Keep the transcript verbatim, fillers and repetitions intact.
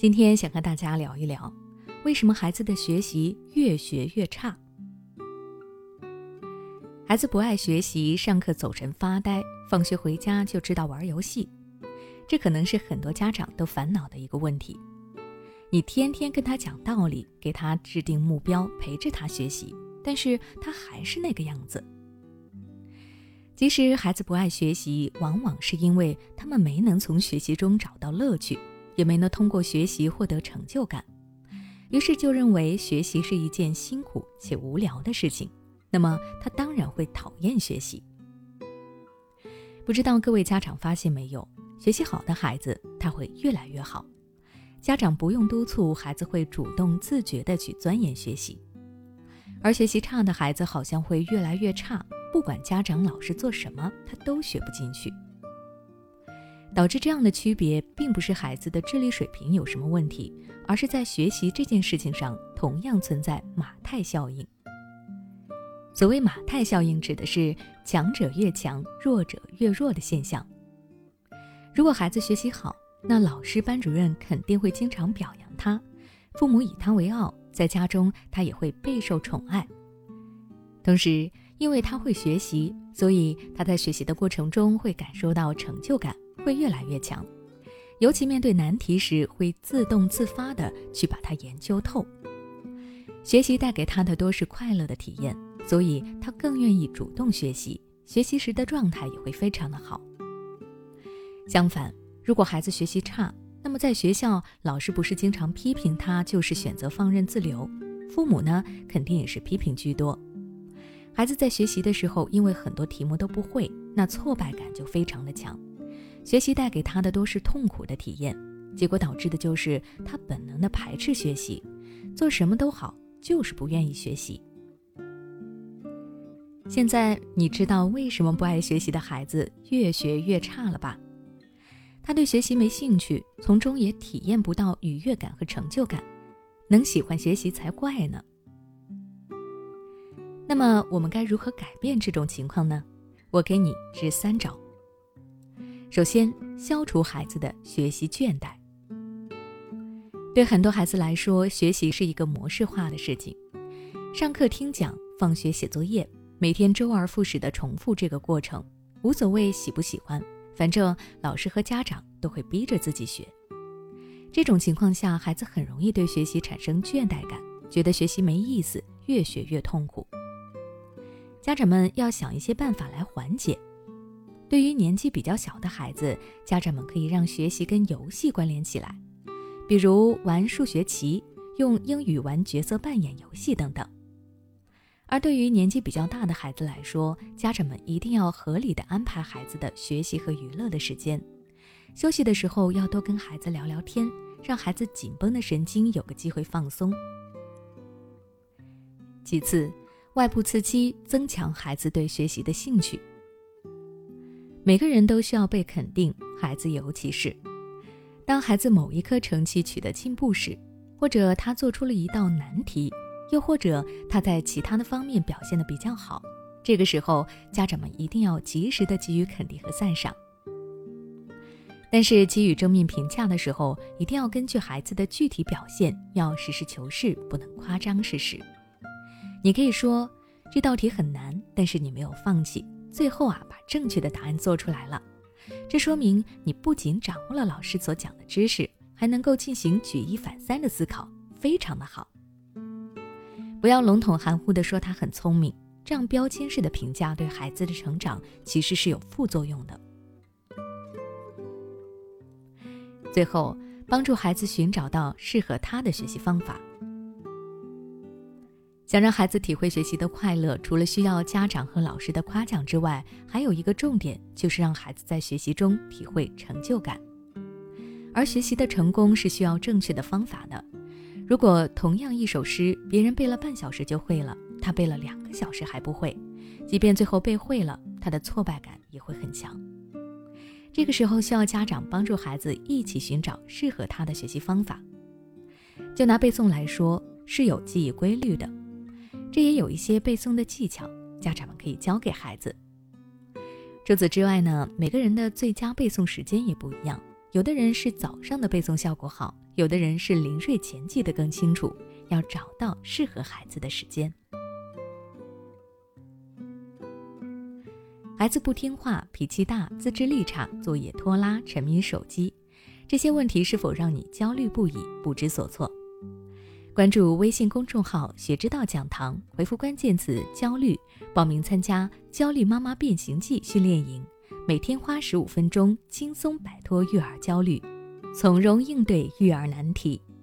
今天想和大家聊一聊，为什么孩子的学习越学越差？孩子不爱学习，上课走神发呆，放学回家就知道玩游戏，这可能是很多家长都烦恼的一个问题。你天天跟他讲道理，给他制定目标，陪着他学习，但是他还是那个样子。其实孩子不爱学习，往往是因为他们没能从学习中找到乐趣，也没能通过学习获得成就感，于是就认为学习是一件辛苦且无聊的事情，那么他当然会讨厌学习。不知道各位家长发现没有，学习好的孩子他会越来越好，家长不用督促，孩子会主动自觉地去钻研学习。而学习差的孩子好像会越来越差，不管家长老师做什么，他都学不进去。导致这样的区别并不是孩子的智力水平有什么问题，而是在学习这件事情上同样存在马太效应。所谓马太效应，指的是强者越强，弱者越弱的现象。如果孩子学习好，那老师班主任肯定会经常表扬他，父母以他为傲，在家中他也会备受宠爱。同时因为他会学习，所以他在学习的过程中会感受到成就感，会越来越强，尤其面对难题时会自动自发地去把它研究透。学习带给他的多是快乐的体验，所以他更愿意主动学习，学习时的状态也会非常的好。相反，如果孩子学习差，那么在学校老师不是经常批评他，就是选择放任自流，父母呢肯定也是批评居多。孩子在学习的时候，因为很多题目都不会，那挫败感就非常的强，学习带给他的都是痛苦的体验，结果导致的就是他本能的排斥学习，做什么都好，就是不愿意学习。现在你知道为什么不爱学习的孩子越学越差了吧？他对学习没兴趣，从中也体验不到愉悦感和成就感，能喜欢学习才怪呢。那么我们该如何改变这种情况呢？我给你支三招。首先，消除孩子的学习倦怠。对很多孩子来说，学习是一个模式化的事情，上课听讲，放学写作业，每天周而复始地重复这个过程，无所谓喜不喜欢，反正老师和家长都会逼着自己学。这种情况下，孩子很容易对学习产生倦怠感，觉得学习没意思，越学越痛苦。家长们要想一些办法来缓解。对于年纪比较小的孩子，家长们可以让学习跟游戏关联起来，比如玩数学棋，用英语玩角色扮演游戏等等。而对于年纪比较大的孩子来说，家长们一定要合理地安排孩子的学习和娱乐的时间。休息的时候要多跟孩子聊聊天，让孩子紧绷的神经有个机会放松。其次，外部刺激增强孩子对学习的兴趣。每个人都需要被肯定，孩子尤其是。当孩子某一科成绩取得进步时，或者他做出了一道难题，又或者他在其他的方面表现得比较好，这个时候家长们一定要及时的给予肯定和赞赏。但是给予正面评价的时候，一定要根据孩子的具体表现，要实事求是，不能夸张事实。你可以说，这道题很难，但是你没有放弃，最后啊把正确的答案做出来了，这说明你不仅掌握了老师所讲的知识，还能够进行举一反三的思考，非常的好。不要笼统含糊地说他很聪明，这样标签式的评价对孩子的成长其实是有副作用的。最后，帮助孩子寻找到适合他的学习方法。想让孩子体会学习的快乐，除了需要家长和老师的夸奖之外，还有一个重点，就是让孩子在学习中体会成就感。而学习的成功是需要正确的方法的。如果同样一首诗，别人背了半小时就会了，他背了两个小时还不会，即便最后背会了，他的挫败感也会很强。这个时候需要家长帮助孩子一起寻找适合他的学习方法。就拿背诵来说，是有记忆规律的，这也有一些背诵的技巧，家长们可以教给孩子。除此之外呢，每个人的最佳背诵时间也不一样， 有的人是早上的背诵效果好，有的人是临睡前记得更清楚，要找到适合孩子的时间。孩子不听话、脾气大、自制力差、作业拖拉、沉迷手机，这些问题是否让你焦虑不已、不知所措？关注微信公众号学之道讲堂，回复关键词焦虑，报名参加焦虑妈妈变形记训练营，每天花十五分钟，轻松摆脱育儿焦虑，从容应对育儿难题。